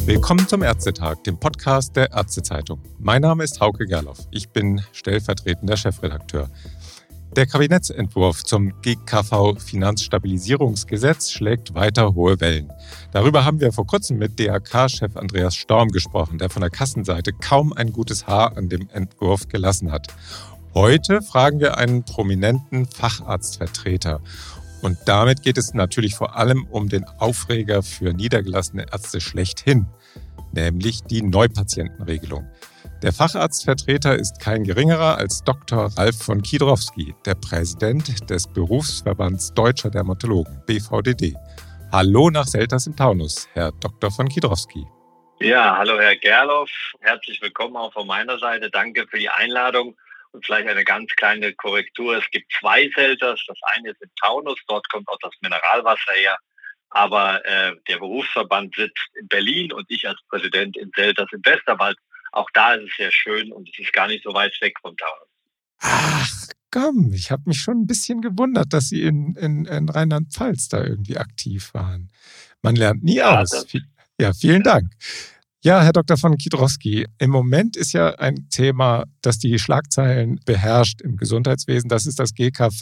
Willkommen zum Ärztetag, dem Podcast der Ärztezeitung. Mein Name ist Hauke Gerloff. Ich bin stellvertretender Chefredakteur. Der Kabinettsentwurf zum GKV-Finanzstabilisierungsgesetz schlägt weiter hohe Wellen. Darüber haben wir vor kurzem mit DAK-Chef Andreas Storm gesprochen, der von der Kassenseite kaum ein gutes Haar an dem Entwurf gelassen hat. Heute fragen wir einen prominenten Facharztvertreter. Und damit geht es natürlich vor allem um den Aufreger für niedergelassene Ärzte schlechthin, nämlich die Neupatientenregelung. Der Facharztvertreter ist kein geringerer als Dr. Ralf von Kiedrowski, der Präsident des Berufsverbands Deutscher Dermatologen, BVDD. Hallo nach Selters im Taunus, Herr Dr. von Kiedrowski. Ja, hallo Herr Gerloff, herzlich willkommen auch von meiner Seite. Danke für die Einladung. Und vielleicht eine ganz kleine Korrektur. Es gibt zwei Selters. Das eine ist im Taunus, dort kommt auch das Mineralwasser her. Aber der Berufsverband sitzt in Berlin und ich als Präsident in Selters im Westerwald. Auch da ist es sehr schön und es ist gar nicht so weit weg vom Taunus. Ach komm, ich habe mich schon ein bisschen gewundert, dass Sie in Rheinland-Pfalz da irgendwie aktiv waren. Man lernt nie aus. Vielen Dank. Ja, Herr Dr. von Kiedrowski, im Moment ist ja ein Thema, das die Schlagzeilen beherrscht im Gesundheitswesen. Das ist das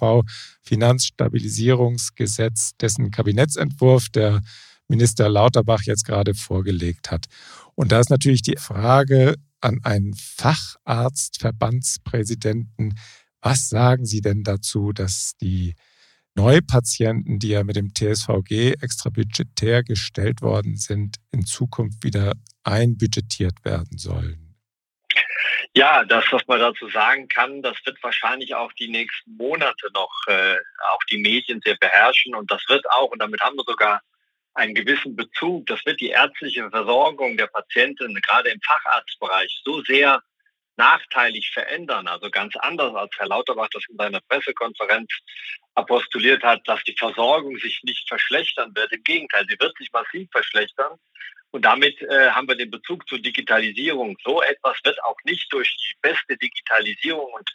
GKV-Finanzstabilisierungsgesetz, dessen Kabinettsentwurf der Minister Lauterbach jetzt gerade vorgelegt hat. Und da ist natürlich die Frage an einen Facharztverbandspräsidenten, was sagen Sie denn dazu, dass die Neupatienten, die ja mit dem TSVG extrabudgetär gestellt worden sind, in Zukunft wieder einbudgetiert werden sollen? Ja, das, was man dazu sagen kann, das wird wahrscheinlich auch die nächsten Monate noch auch die Medien sehr beherrschen. Und das wird auch, und damit haben wir sogar einen gewissen Bezug, das wird die ärztliche Versorgung der Patienten, gerade im Facharztbereich, so sehr nachteilig verändern. Also ganz anders, als Herr Lauterbach das in seiner Pressekonferenz apostuliert hat, dass die Versorgung sich nicht verschlechtern wird. Im Gegenteil, sie wird sich massiv verschlechtern. Und damit haben wir den Bezug zur Digitalisierung. So etwas wird auch nicht durch die beste Digitalisierung und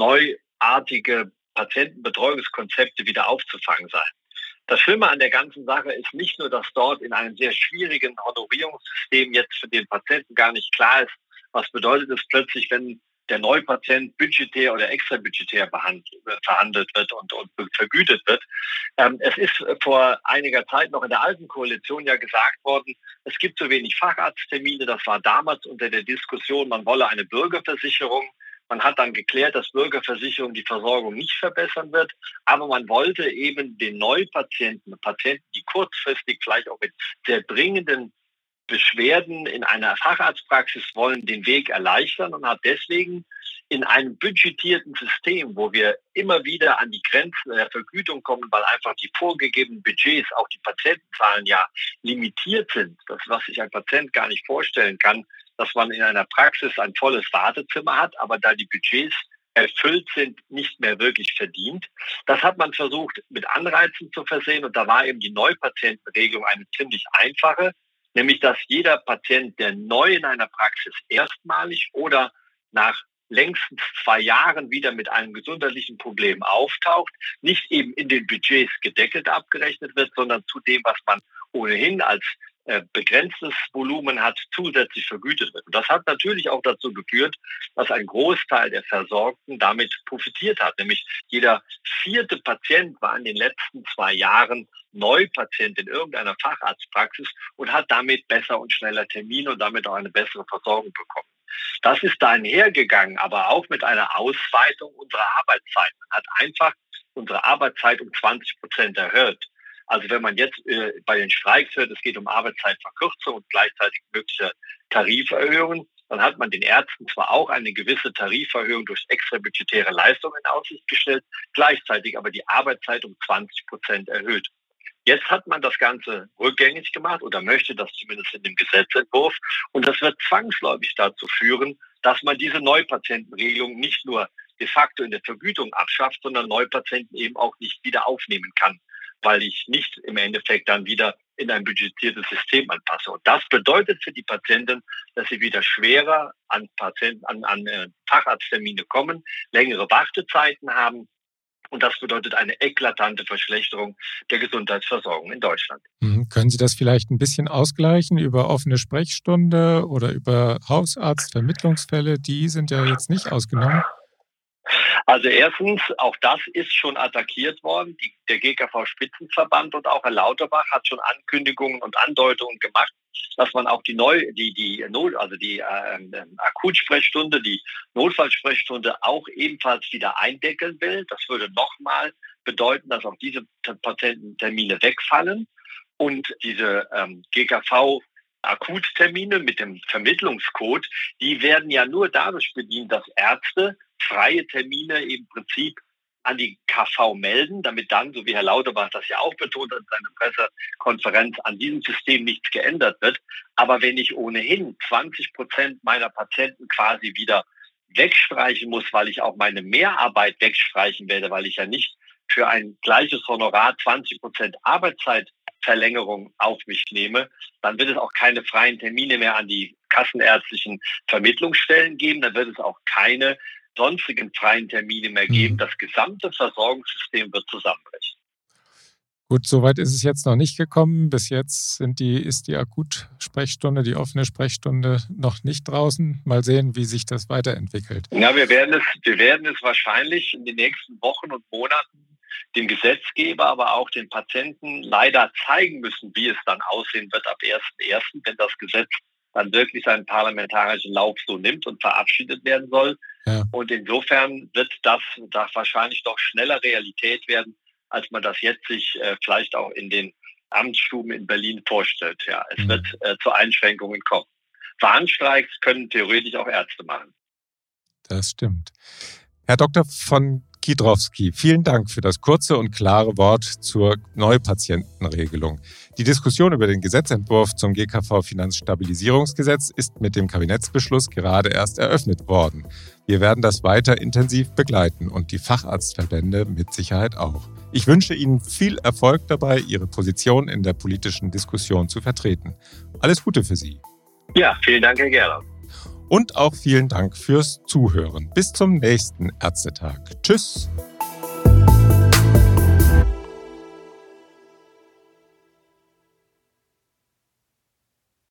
neuartige Patientenbetreuungskonzepte wieder aufzufangen sein. Das Schlimme an der ganzen Sache ist nicht nur, dass dort in einem sehr schwierigen Honorierungssystem jetzt für den Patienten gar nicht klar ist, was bedeutet es plötzlich, wenn der Neupatient budgetär oder extrabudgetär verhandelt wird und vergütet wird. Es ist vor einiger Zeit noch in der alten Koalition ja gesagt worden, es gibt zu wenig Facharzttermine. Das war damals unter der Diskussion, man wolle eine Bürgerversicherung. Man hat dann geklärt, dass Bürgerversicherung die Versorgung nicht verbessern wird, aber man wollte eben den Neupatienten, Patienten, die kurzfristig vielleicht auch mit sehr dringenden Beschwerden in einer Facharztpraxis wollen, den Weg erleichtern und hat deswegen in einem budgetierten System, wo wir immer wieder an die Grenzen der Vergütung kommen, weil einfach die vorgegebenen Budgets, auch die Patientenzahlen ja limitiert sind, das, was sich ein Patient gar nicht vorstellen kann, dass man in einer Praxis ein volles Wartezimmer hat, aber da die Budgets erfüllt sind, nicht mehr wirklich verdient. Das hat man versucht mit Anreizen zu versehen und da war eben die Neupatientenregelung eine ziemlich einfache, nämlich dass jeder Patient, der neu in einer Praxis erstmalig oder nach längstens 2 Jahren wieder mit einem gesundheitlichen Problem auftaucht, nicht eben in den Budgets gedeckelt abgerechnet wird, sondern zu dem, was man ohnehin als begrenztes Volumen hat, zusätzlich vergütet wird. Und das hat natürlich auch dazu geführt, dass ein Großteil der Versorgten damit profitiert hat. Nämlich jeder 4. Patient war in den letzten 2 Jahren Neupatient in irgendeiner Facharztpraxis und hat damit besser und schneller Termine und damit auch eine bessere Versorgung bekommen. Das ist da einhergegangen, aber auch mit einer Ausweitung unserer Arbeitszeit. Man hat einfach unsere Arbeitszeit um 20% erhöht. Also wenn man jetzt bei den Streiks hört, es geht um Arbeitszeitverkürzung und gleichzeitig mögliche Tariferhöhungen, dann hat man den Ärzten zwar auch eine gewisse Tariferhöhung durch extrabudgetäre Leistungen in Aussicht gestellt, gleichzeitig aber die Arbeitszeit um 20% erhöht. Jetzt hat man das Ganze rückgängig gemacht oder möchte das zumindest in dem Gesetzentwurf. Und das wird zwangsläufig dazu führen, dass man diese Neupatientenregelung nicht nur de facto in der Vergütung abschafft, sondern Neupatienten eben auch nicht wieder aufnehmen kann, weil ich nicht im Endeffekt dann wieder in ein budgetiertes System anpasse. Und das bedeutet für die Patienten, dass sie wieder schwerer an Facharzttermine kommen, längere Wartezeiten haben Und das bedeutet eine eklatante Verschlechterung der Gesundheitsversorgung in Deutschland. Können Sie das vielleicht ein bisschen ausgleichen über offene Sprechstunde oder über Hausarztvermittlungsfälle? Die sind ja jetzt nicht ausgenommen. Also erstens, auch das ist schon attackiert worden. Der GKV-Spitzenverband und auch Herr Lauterbach hat schon Ankündigungen und Andeutungen gemacht, dass man auch die Akutsprechstunde, die Notfallsprechstunde auch ebenfalls wieder eindeckeln will. Das würde nochmal bedeuten, dass auch diese Patiententermine wegfallen. Und diese GKV-Akuttermine mit dem Vermittlungscode, die werden ja nur dadurch bedient, dass Ärzte freie Termine im Prinzip an die KV melden, damit dann, so wie Herr Lauterbach das ja auch betont hat in seiner Pressekonferenz, an diesem System nichts geändert wird. Aber wenn ich ohnehin 20% meiner Patienten quasi wieder wegstreichen muss, weil ich auch meine Mehrarbeit wegstreichen werde, weil ich ja nicht für ein gleiches Honorar 20% Arbeitszeitverlängerung auf mich nehme, dann wird es auch keine freien Termine mehr an die kassenärztlichen Vermittlungsstellen geben. Dann wird es auch keine sonstigen freien Termine mehr geben. Das gesamte Versorgungssystem wird zusammenbrechen. Gut, soweit ist es jetzt noch nicht gekommen. Bis jetzt ist die Akutsprechstunde, die offene Sprechstunde noch nicht draußen. Mal sehen, wie sich das weiterentwickelt. Ja, wir werden es wahrscheinlich in den nächsten Wochen und Monaten dem Gesetzgeber, aber auch den Patienten leider zeigen müssen, wie es dann aussehen wird ab 1.1., wenn das Gesetz dann wirklich seinen parlamentarischen Lauf so nimmt und verabschiedet werden soll. Ja. Und insofern wird das wahrscheinlich doch schneller Realität werden, als man das jetzt sich vielleicht auch in den Amtsstuben in Berlin vorstellt. Ja, es wird zu Einschränkungen kommen. Warnstreiks können theoretisch auch Ärzte machen. Das stimmt. Herr Dr. von Kiedraowski, vielen Dank für das kurze und klare Wort zur Neupatientenregelung. Die Diskussion über den Gesetzentwurf zum GKV-Finanzstabilisierungsgesetz ist mit dem Kabinettsbeschluss gerade erst eröffnet worden. Wir werden das weiter intensiv begleiten und die Facharztverbände mit Sicherheit auch. Ich wünsche Ihnen viel Erfolg dabei, Ihre Position in der politischen Diskussion zu vertreten. Alles Gute für Sie. Ja, vielen Dank, Herr Gerlach. Und auch vielen Dank fürs Zuhören. Bis zum nächsten Ärztetag. Tschüss.